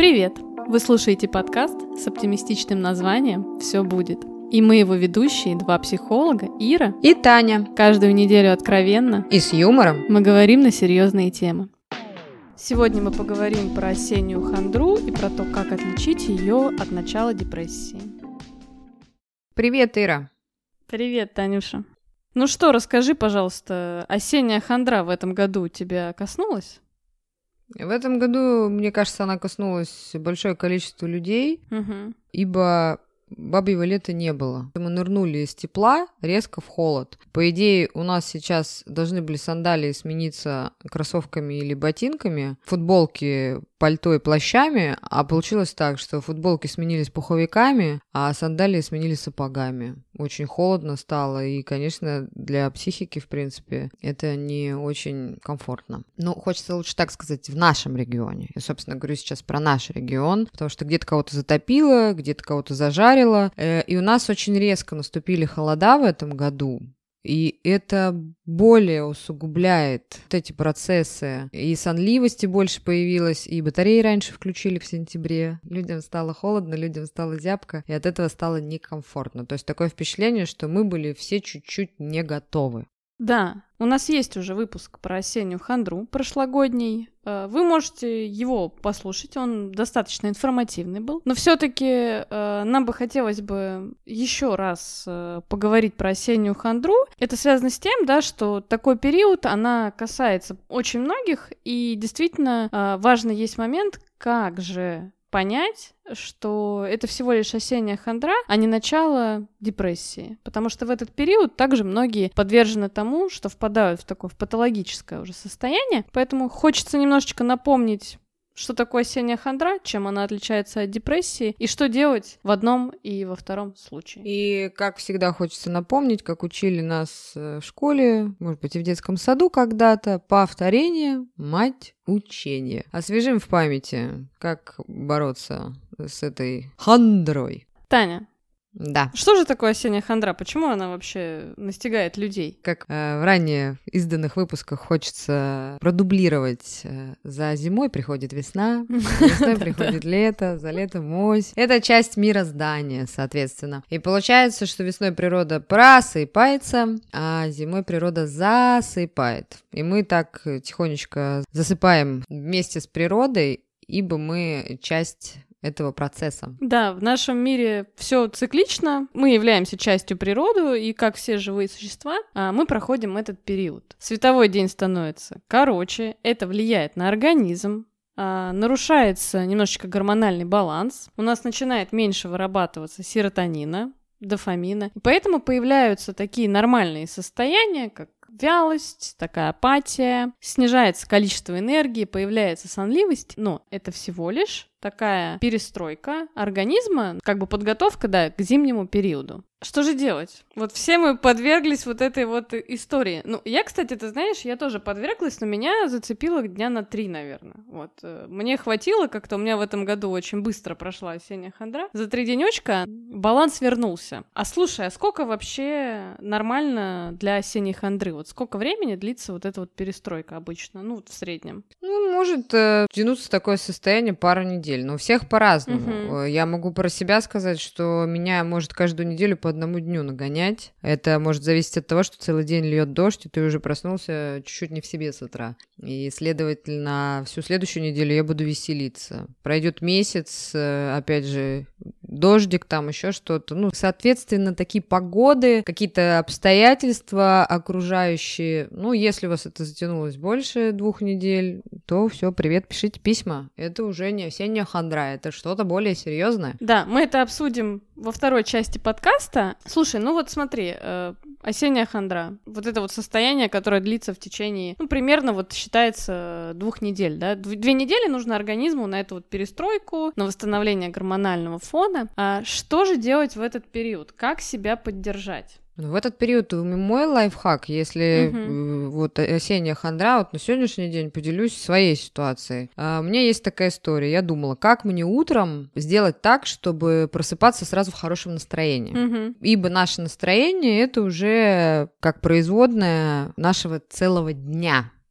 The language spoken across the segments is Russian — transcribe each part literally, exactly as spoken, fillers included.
Привет! Вы слушаете подкаст с оптимистичным названием «Все будет». И мы его ведущие, два психолога, Ира и Таня. Каждую неделю откровенно и с юмором мы говорим на серьезные темы. Сегодня мы поговорим про осеннюю хандру и про то, как отличить ее от начала депрессии. Привет, Ира. Привет, Танюша. Ну что, расскажи, пожалуйста, осенняя хандра в этом году тебя коснулась? В этом году, мне кажется, она коснулась большое количество людей, Угу. ибо бабьего лета не было. Мы нырнули из тепла резко в холод. По идее, у нас сейчас должны были сандалии смениться кроссовками или ботинками, футболки, пальто и плащами, а получилось так, что футболки сменились пуховиками, а сандалии сменились сапогами. Очень холодно стало, и, конечно, для психики, в принципе, это не очень комфортно. Ну, хочется лучше так сказать, в нашем регионе. Я, собственно, говорю сейчас про наш регион, потому что где-то кого-то затопило, где-то кого-то зажарило, и у нас очень резко наступили холода в этом году. И это более усугубляет вот эти процессы. И сонливости больше появилось, и батареи раньше включили в сентябре. Людям стало холодно, людям стало зябко, и от этого стало некомфортно. То есть такое впечатление, что мы были все чуть-чуть не готовы. Да, у нас есть уже выпуск про осеннюю хандру прошлогодний. Вы можете его послушать, он достаточно информативный был. Но все-таки э, нам бы хотелось бы еще раз э, поговорить про осеннюю хандру. Это связано с тем, да, что такой период, она касается очень многих, и действительно э, важный есть момент, как же понять, что это всего лишь осенняя хандра, а не начало депрессии. Потому что в этот период также многие подвержены тому, что впадают в такое в патологическое уже состояние. Поэтому хочется немножечко напомнить, что такое осенняя хандра, чем она отличается от депрессии, и что делать в одном и во втором случае. И, как всегда, хочется напомнить, как учили нас в школе, может быть, и в детском саду когда-то, повторение — мать учения. Освежим в памяти, как бороться с этой хандрой. Таня, да. Что же такое осенняя хандра? Почему она вообще настигает людей? Как э, в ранее изданных выпусках хочется продублировать. Э, за зимой приходит весна, за весной приходит лето, за летом осень. Это часть мироздания, соответственно. И получается, что весной природа просыпается, а зимой природа засыпает. И мы так тихонечко засыпаем вместе с природой, ибо мы часть этого процесса. Да, в нашем мире все циклично, мы являемся частью природы, и как все живые существа, мы проходим этот период. Световой день становится короче, это влияет на организм, нарушается немножечко гормональный баланс, у нас начинает меньше вырабатываться серотонина, дофамина, и поэтому появляются такие нормальные состояния, как вялость, такая апатия, снижается количество энергии, появляется сонливость, но это всего лишь такая перестройка организма, как бы подготовка, да, к зимнему периоду. Что же делать? Вот все мы подверглись вот этой вот истории. Ну, я, кстати, ты знаешь, я тоже подверглась, но меня зацепило дня на три, наверное. Вот. Мне хватило как-то, у меня в этом году очень быстро прошла осенняя хандра. За три денечка баланс вернулся. А слушай, а сколько вообще нормально для осенней хандры? Вот сколько времени длится вот эта вот перестройка обычно? Ну, вот в среднем. Ну, может э, тянуться такое состояние пару недель. Но у всех по-разному. Угу. Я могу про себя сказать, что меня может каждую неделю по одному дню нагонять. Это может зависеть от того, что целый день льет дождь, и ты уже проснулся чуть-чуть не в себе с утра. И, следовательно, всю следующую неделю я буду веселиться. Пройдет месяц, опять же, дождик, там еще что-то. Ну, соответственно, такие погоды, какие-то обстоятельства окружающие. Ну, если у вас это затянулось больше двух недель, то все, привет, пишите письма. Это уже не осенняя хандра, это что-то более серьезное. Да, мы это обсудим во второй части подкаста. Слушай, ну вот смотри, э, осенняя хандра, вот это вот состояние, которое длится в течение, ну, примерно вот считается двух недель, да, две недели нужно организму на эту вот перестройку, на восстановление гормонального фона. А что же делать в этот период? Как себя поддержать? В этот период мой лайфхак, если Мгм. вот осенняя хандра, вот на сегодняшний день поделюсь своей ситуацией. А, у меня есть такая история. Я думала, как мне утром сделать так, чтобы просыпаться сразу в хорошем настроении. Мгм. Ибо наше настроение — это уже как производная нашего целого дня.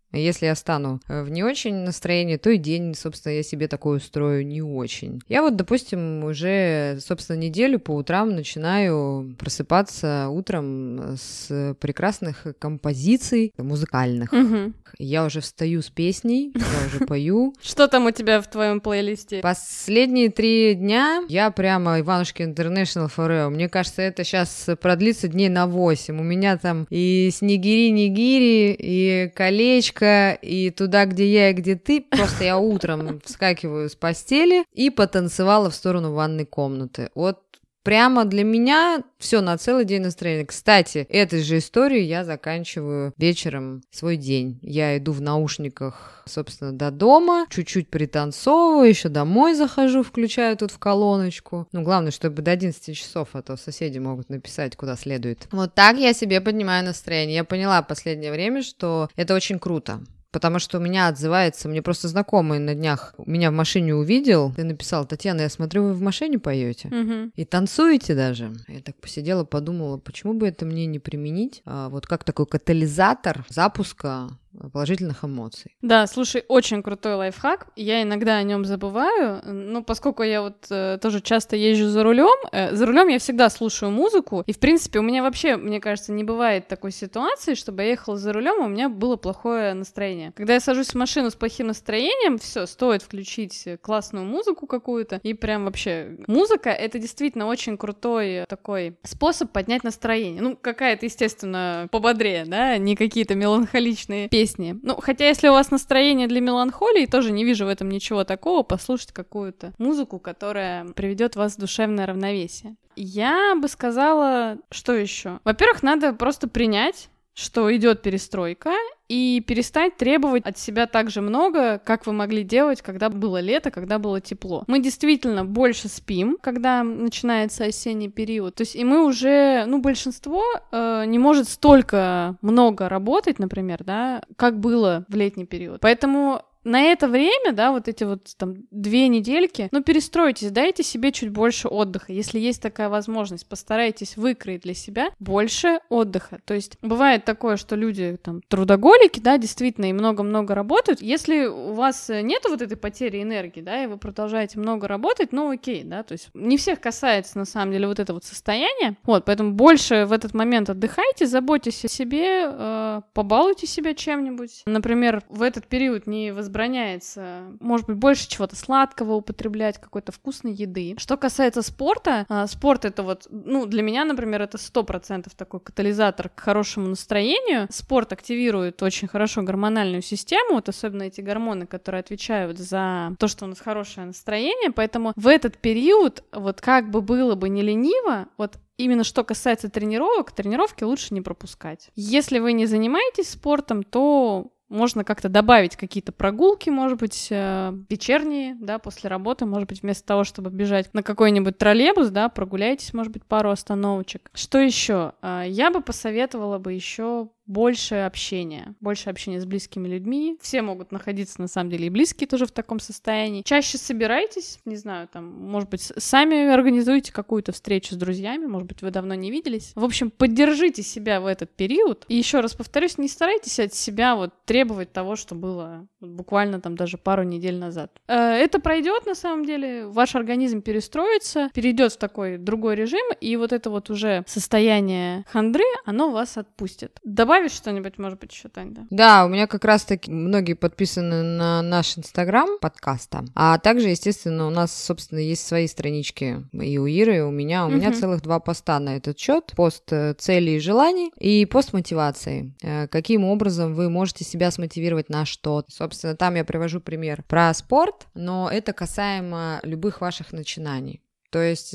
Если я стану в не очень настроении, то и день, собственно, я себе такой устрою не очень. Я вот, допустим, уже, собственно, неделю по утрам начинаю просыпаться утром с прекрасных композиций музыкальных. Угу. Я уже встаю с песней, я уже пою. Что там у тебя в твоем плейлисте? Последние три дня я прямо Иванушки International Forever. Мне кажется, это сейчас продлится дней на восемь. У меня там и снегири-нигири, и колечко, и туда, где я и где ты. Просто я утром вскакиваю с постели и потанцевала в сторону ванной комнаты. Вот прямо для меня все на целый день настроение. Кстати, этой же историей я заканчиваю вечером свой день. Я иду в наушниках, собственно, до дома, чуть-чуть пританцовываю, еще домой захожу, включаю тут в колоночку. Ну, главное, чтобы до одиннадцати часов, а то соседи могут написать куда следует. Вот так я себе поднимаю настроение. Я поняла в последнее время, что это очень круто. Потому что у меня отзывается, мне просто знакомый на днях меня в машине увидел и написал: Татьяна, я смотрю, вы в машине поете Угу. и танцуете даже. Я так посидела, подумала, почему бы это мне не применить, а, вот как такой катализатор запуска положительных эмоций. Да, слушай, очень крутой лайфхак. Я иногда о нем забываю, но поскольку я вот э, тоже часто езжу за рулем, э, за рулем я всегда слушаю музыку, и в принципе у меня вообще, мне кажется, не бывает такой ситуации, чтобы я ехала за рулем, и у меня было плохое настроение. Когда я сажусь в машину с плохим настроением, все, стоит включить классную музыку какую-то, и прям вообще музыка — это действительно очень крутой такой способ поднять настроение. Ну, какая-то, естественно, пободрее, да, не какие-то меланхоличные песни. Песни. Ну, хотя если у вас настроение для меланхолии, тоже не вижу в этом ничего такого, послушать какую-то музыку, которая приведет вас в душевное равновесие. Я бы сказала, что еще? Во-первых, надо просто принять, что идет перестройка, и перестать требовать от себя так же много, как вы могли делать, когда было лето, когда было тепло. Мы действительно больше спим, когда начинается осенний период. То есть и мы уже, ну, большинство э, не может столько много работать, например, да, как было в летний период. Поэтому на это время, да, вот эти вот там две недельки, ну, перестройтесь, дайте себе чуть больше отдыха. Если есть такая возможность, постарайтесь выкроить для себя больше отдыха. То есть бывает такое, что люди там трудоголики, да, действительно, и много-много работают. Если у вас нету вот этой потери энергии, да, и вы продолжаете много работать, ну, окей, да, то есть не всех касается, на самом деле, вот это вот состояние. Вот, поэтому больше в этот момент отдыхайте, заботьтесь о себе, э, побалуйте себя чем-нибудь. Например, в этот период не возбраняйте возбраняется, может быть, больше чего-то сладкого употреблять, какой-то вкусной еды. Что касается спорта, спорт — это вот, ну, для меня, например, это сто процентов такой катализатор к хорошему настроению. Спорт активирует очень хорошо гормональную систему, вот особенно эти гормоны, которые отвечают за то, что у нас хорошее настроение, поэтому в этот период, вот как бы было бы не лениво, вот именно что касается тренировок, тренировки лучше не пропускать. Если вы не занимаетесь спортом, то можно как-то добавить какие-то прогулки, может быть, вечерние, да, после работы, может быть, вместо того, чтобы бежать на какой-нибудь троллейбус, да, прогуляйтесь, может быть, пару остановочек. Что еще? Я бы посоветовала бы еще больше общения, больше общения с близкими людьми. Все могут находиться, на самом деле, и близкие тоже в таком состоянии. Чаще собирайтесь, не знаю, там, может быть, сами организуйте какую-то встречу с друзьями, может быть, вы давно не виделись. В общем, поддержите себя в этот период. И еще раз повторюсь, не старайтесь от себя вот требовать того, что было буквально там даже пару недель назад. Это пройдет, на самом деле, ваш организм перестроится, перейдет в такой другой режим, и вот это вот уже состояние хандры, оно вас отпустит. Добавить что-нибудь, может быть, еще, Тань, да? Да, у меня как раз-таки многие подписаны на наш Инстаграм подкаста, а также, естественно, у нас, собственно, есть свои странички и у Иры, и у меня. У uh-huh. меня целых два поста на этот счет: пост целей и желаний и пост мотивации. Каким образом вы можете себя смотивировать на что-то. Собственно, там я привожу пример про спорт, но это касаемо любых ваших начинаний. То есть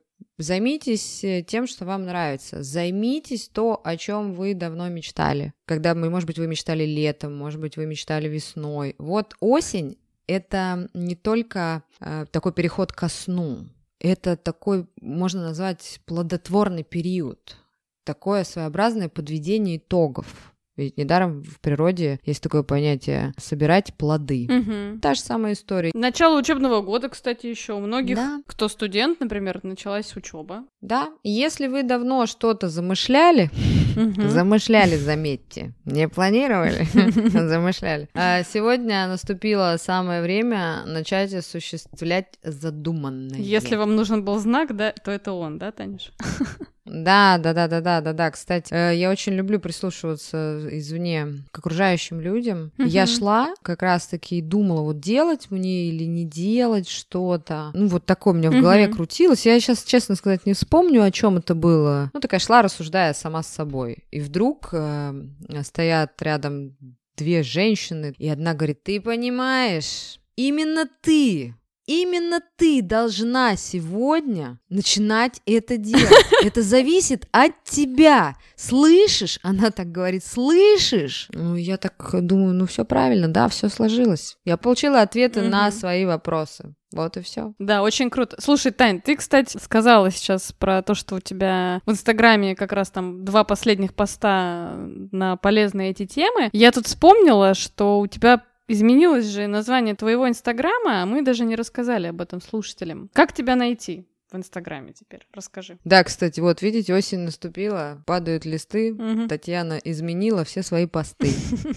займитесь тем, что вам нравится. Займитесь то, о чем вы давно мечтали. Когда, может быть, вы мечтали летом, может быть, вы мечтали весной. Вот осень — это не только э, такой переход ко сну. Это такой, можно назвать, плодотворный период. Такое своеобразное подведение итогов. Ведь недаром в природе есть такое понятие «собирать плоды». Угу. Та же самая история. Начало учебного года, кстати, еще у многих, Да. кто студент, например, началась учеба. Да, если вы давно что-то замышляли, Угу. замышляли, заметьте, не планировали, замышляли. А сегодня наступило самое время начать осуществлять задуманное. Если вам нужен был знак, да, то это он, да, Танюш? Да, да, да, да, да, да, да. Кстати, э, я очень люблю прислушиваться извне к окружающим людям. Мгм. Я шла как раз-таки и думала, вот делать мне или не делать что-то. Ну, вот такое у меня в Мгм. голове крутилось. Я сейчас, честно сказать, не вспомню, о чем это было. Ну, такая шла, рассуждая сама с собой. И вдруг э, стоят рядом две женщины, и одна говорит: ты понимаешь, именно ты Именно ты должна сегодня начинать это делать. Это зависит от тебя. Слышишь? Она так говорит, слышишь? Ну, я так думаю, ну все правильно, да, все сложилось. Я получила ответы Мгм. на свои вопросы. Вот и все. Да, очень круто. Слушай, Тань, ты, кстати, сказала сейчас про то, что у тебя в Инстаграме как раз там два последних поста на полезные эти темы. Я тут вспомнила, что у тебя изменилось же название твоего Инстаграма, а мы даже не рассказали об этом слушателям. Как тебя найти в Инстаграме теперь? Расскажи. Да, кстати, вот видите, осень наступила, падают листы. Мгм. Татьяна изменила все свои посты.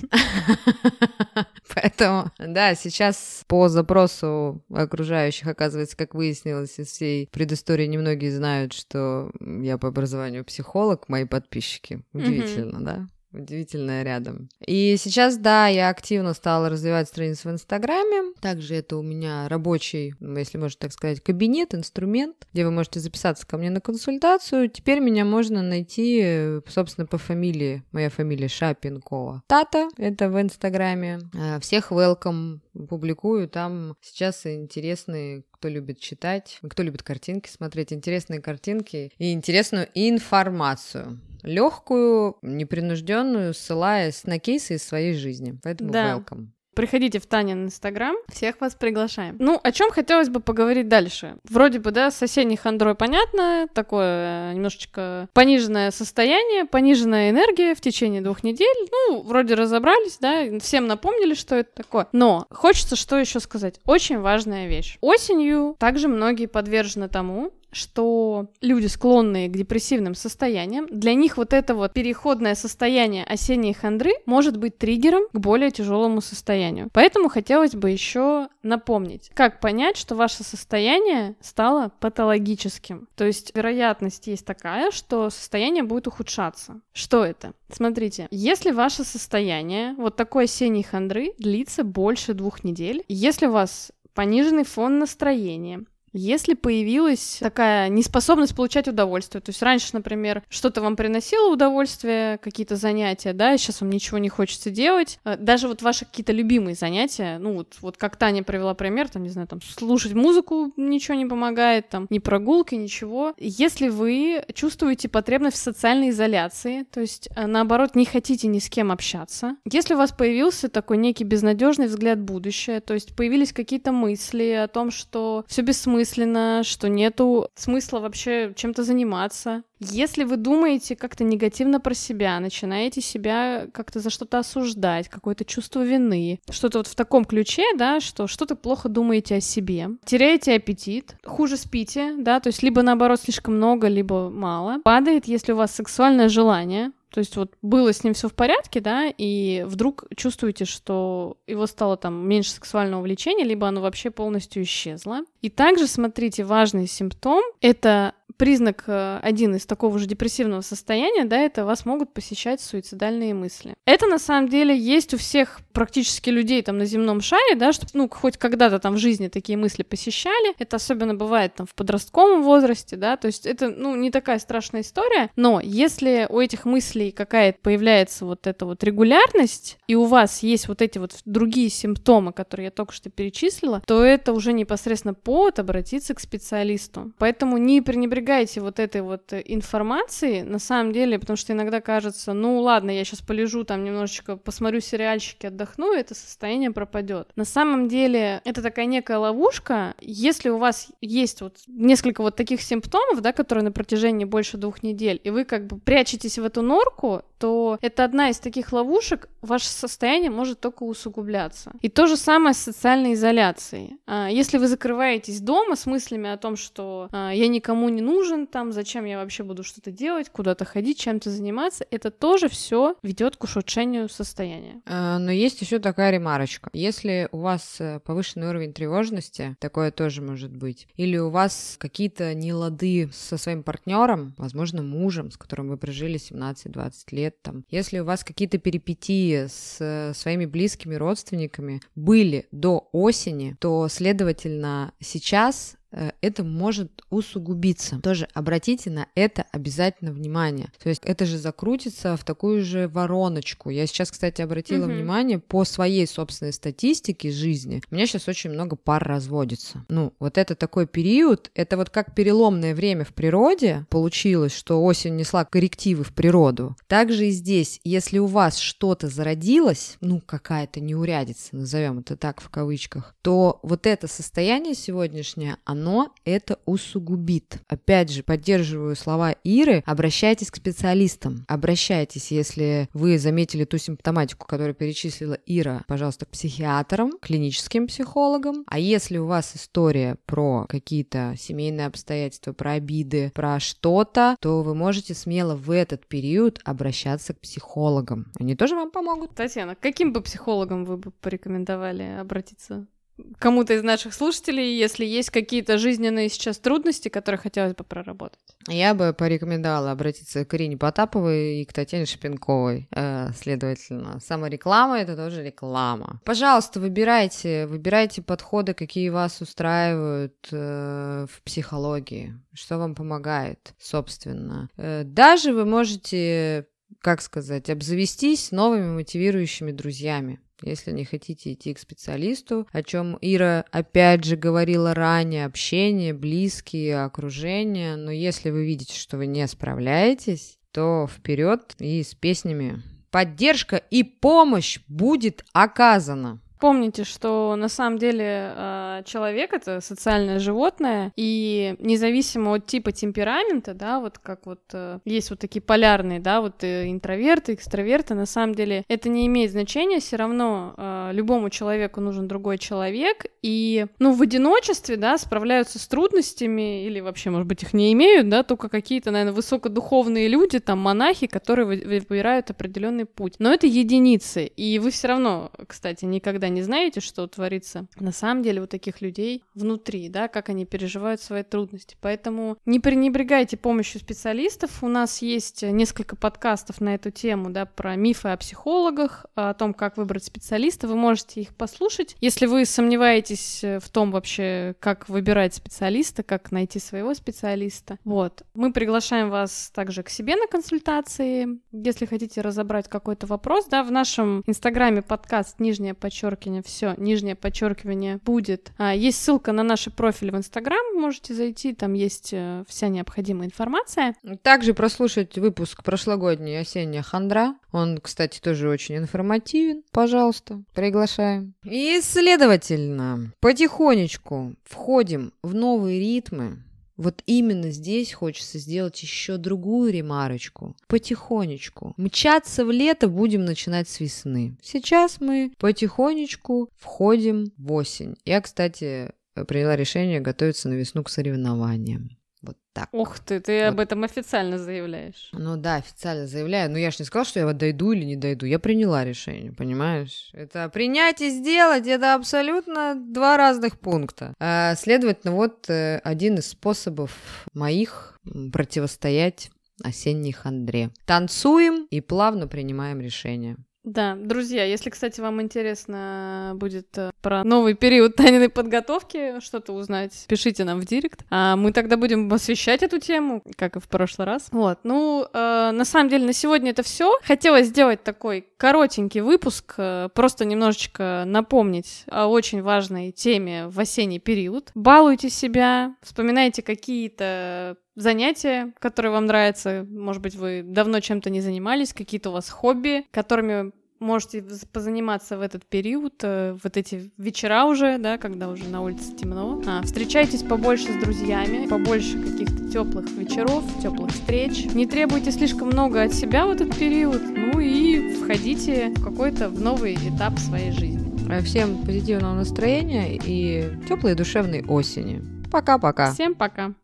Поэтому, да, сейчас по запросу окружающих, оказывается, как выяснилось из всей предыстории, немногие знают, что я по образованию психолог, мои подписчики. Удивительно, да? Удивительное рядом. И сейчас, да, я активно стала развивать страницу в Инстаграме. Также это у меня рабочий, если можно так сказать, кабинет, инструмент, где вы можете записаться ко мне на консультацию. Теперь меня можно найти, собственно, по фамилии. Моя фамилия Шапенкова. Тата, это в Инстаграме. Всех welcome публикую. Там сейчас интересные, кто любит читать, кто любит картинки смотреть, интересные картинки и интересную информацию. Легкую, непринужденную, ссылаясь на кейсы из своей жизни. Поэтому Да. welcome. Приходите в Танин Инстаграм, всех вас приглашаем. Ну, о чем хотелось бы поговорить дальше? Вроде бы, да, с осенней хандрой понятно, такое э, немножечко пониженное состояние, пониженная энергия в течение двух недель. Ну, вроде разобрались, да, всем напомнили, что это такое. Но хочется что еще сказать. Очень важная вещь. Осенью также многие подвержены тому, что люди, склонные к депрессивным состояниям, для них вот это вот переходное состояние осенней хандры может быть триггером к более тяжелому состоянию. Поэтому хотелось бы еще напомнить, как понять, что ваше состояние стало патологическим. То есть вероятность есть такая, что состояние будет ухудшаться. Что это? Смотрите, если ваше состояние вот такой осенней хандры длится больше двух недель, если у вас пониженный фон настроения, если появилась такая неспособность получать удовольствие, то есть раньше, например, что-то вам приносило удовольствие, какие-то занятия, да, и сейчас вам ничего не хочется делать, даже вот ваши какие-то любимые занятия, ну вот, вот как Таня привела пример, там, не знаю, там, слушать музыку ничего не помогает, там, ни прогулки, ничего. Если вы чувствуете потребность в социальной изоляции, то есть, наоборот, не хотите ни с кем общаться, если у вас появился такой некий безнадежный взгляд в будущее, то есть появились какие-то мысли о том, что все бессмысленно, что нету смысла вообще чем-то заниматься. Если вы думаете как-то негативно про себя, начинаете себя как-то за что-то осуждать, какое-то чувство вины, что-то вот в таком ключе, да, что что-то плохо думаете о себе, теряете аппетит, хуже спите, да, то есть либо наоборот слишком много, либо мало, падает, если у вас сексуальное желание. То есть вот было с ним все в порядке, да, и вдруг чувствуете, что его стало там меньше сексуального влечения, либо оно вообще полностью исчезло. И также, смотрите, важный симптом — это признак один из такого же депрессивного состояния, да, это вас могут посещать суицидальные мысли. Это на самом деле есть у всех практически людей там на земном шаре, да, что, ну, хоть когда-то там в жизни такие мысли посещали. Это особенно бывает там в подростковом возрасте, да, то есть это, ну, не такая страшная история, но если у этих мыслей какая-то появляется вот эта вот регулярность, и у вас есть вот эти вот другие симптомы, которые я только что перечислила, то это уже непосредственно повод обратиться к специалисту. Поэтому не пренебрегайте вот этой вот информацией, на самом деле, потому что иногда кажется, ну ладно, я сейчас полежу там немножечко, посмотрю сериальчики, отдохну, и это состояние пропадет. На самом деле это такая некая ловушка. Если у вас есть вот несколько вот таких симптомов, да, которые на протяжении больше двух недель, и вы как бы прячетесь в эту норку, то что это одна из таких ловушек, ваше состояние может только усугубляться. И то же самое с социальной изоляцией. Если вы закрываетесь дома с мыслями о том, что я никому не нужен, там, зачем я вообще буду что-то делать, куда-то ходить, чем-то заниматься, это тоже все ведет к ухудшению состояния. Но есть еще такая ремарочка. Если у вас повышенный уровень тревожности, такое тоже может быть, или у вас какие-то нелады со своим партнером, возможно, мужем, с которым вы прожили семнадцать-двадцать лет, там, если у вас какие-то перипетии с своими близкими родственниками были до осени, то, следовательно, сейчас это может усугубиться. Тоже обратите на это обязательно внимание. То есть это же закрутится в такую же вороночку. Я сейчас, кстати, обратила mm-hmm. внимание по своей собственной статистике жизни. У меня сейчас очень много пар разводится. Ну, вот это такой период, это вот как переломное время в природе получилось, что осень несла коррективы в природу. Также и здесь, если у вас что-то зародилось, ну, какая-то неурядица, назовем это так в кавычках, то вот это состояние сегодняшнее, оно но это усугубит. Опять же, поддерживаю слова Иры, обращайтесь к специалистам. Обращайтесь, если вы заметили ту симптоматику, которую перечислила Ира, пожалуйста, к психиатрам, клиническим психологам. А если у вас история про какие-то семейные обстоятельства, про обиды, про что-то, то вы можете смело в этот период обращаться к психологам. Они тоже вам помогут. Татьяна, к каким бы психологам вы бы порекомендовали обратиться? Кому-то из наших слушателей, если есть какие-то жизненные сейчас трудности, которые хотелось бы проработать. Я бы порекомендовала обратиться к Ирине Потаповой и к Татьяне Шипенковой. Э, следовательно, самореклама — это тоже реклама. Пожалуйста, выбирайте, выбирайте подходы, какие вас устраивают э, в психологии, что вам помогает, собственно. Э, даже вы можете, как сказать, обзавестись новыми мотивирующими друзьями. Если не хотите идти к специалисту, о чем Ира опять же говорила ранее, общение, близкие, окружение, но если вы видите, что вы не справляетесь, то вперед и с песнями. Поддержка и помощь будет оказана. Помните, что на самом деле человек — это социальное животное, и независимо от типа темперамента, да, вот как вот есть вот такие полярные, да, вот интроверты, экстраверты, на самом деле это не имеет значения, все равно любому человеку нужен другой человек, и, ну, в одиночестве, да, справляются с трудностями, или вообще, может быть, их не имеют, да, только какие-то, наверное, высокодуховные люди, там, монахи, которые выбирают определенный путь, но это единицы, и вы все равно, кстати, никогда не знаете, что творится на самом деле у таких людей внутри, да, как они переживают свои трудности. Поэтому не пренебрегайте помощью специалистов. У нас есть несколько подкастов на эту тему, да, про мифы о психологах, о том, как выбрать специалиста. Вы можете их послушать. Если вы сомневаетесь в том вообще, как выбирать специалиста, как найти своего специалиста, вот. Мы приглашаем вас также к себе на консультации. Если хотите разобрать какой-то вопрос, да, в нашем инстаграме подкаст нижнее подчеркивание все, нижнее подчеркивание будет. А, есть ссылка на наши профили в Инстаграм, можете зайти, там есть э, вся необходимая информация. Также прослушать выпуск прошлогодний «Осенняя хандра». Он, кстати, тоже очень информативен. Пожалуйста, приглашаем. И, следовательно, потихонечку входим в новые ритмы. Вот именно здесь хочется сделать еще другую ремарочку. Потихонечку. Мчаться в лето будем начинать с весны. Сейчас мы потихонечку входим в осень. Я, кстати, приняла решение готовиться на весну к соревнованиям. Вот так. Ух ты, ты вот об этом официально заявляешь. Ну да, официально заявляю. Но я ж не сказала, что я вот дойду или не дойду. Я приняла решение, понимаешь? Это принять и сделать, это абсолютно два разных пункта. А, следовательно, вот один из способов моих противостоять осенней хандре. Танцуем и плавно принимаем решения. Да, друзья, если, кстати, вам интересно будет про новый период Таниной подготовки, что-то узнать, пишите нам в директ. А мы тогда будем освещать эту тему, как и в прошлый раз. Вот, ну, э, на самом деле, на сегодня это все. Хотелось сделать такой коротенький выпуск, э, просто немножечко напомнить о очень важной теме в осенний период. Балуйте себя, вспоминайте какие-то занятия, которые вам нравятся. Может быть, вы давно чем-то не занимались, какие-то у вас хобби, которыми можете позаниматься в этот период, э, вот эти вечера уже, да, когда уже на улице темно. А, встречайтесь побольше с друзьями, побольше каких-то теплых вечеров, теплых встреч. Не требуйте слишком много от себя в этот период, ну и входите в какой-то в новый этап своей жизни. Всем позитивного настроения и теплой душевной осени. Пока-пока. Всем пока.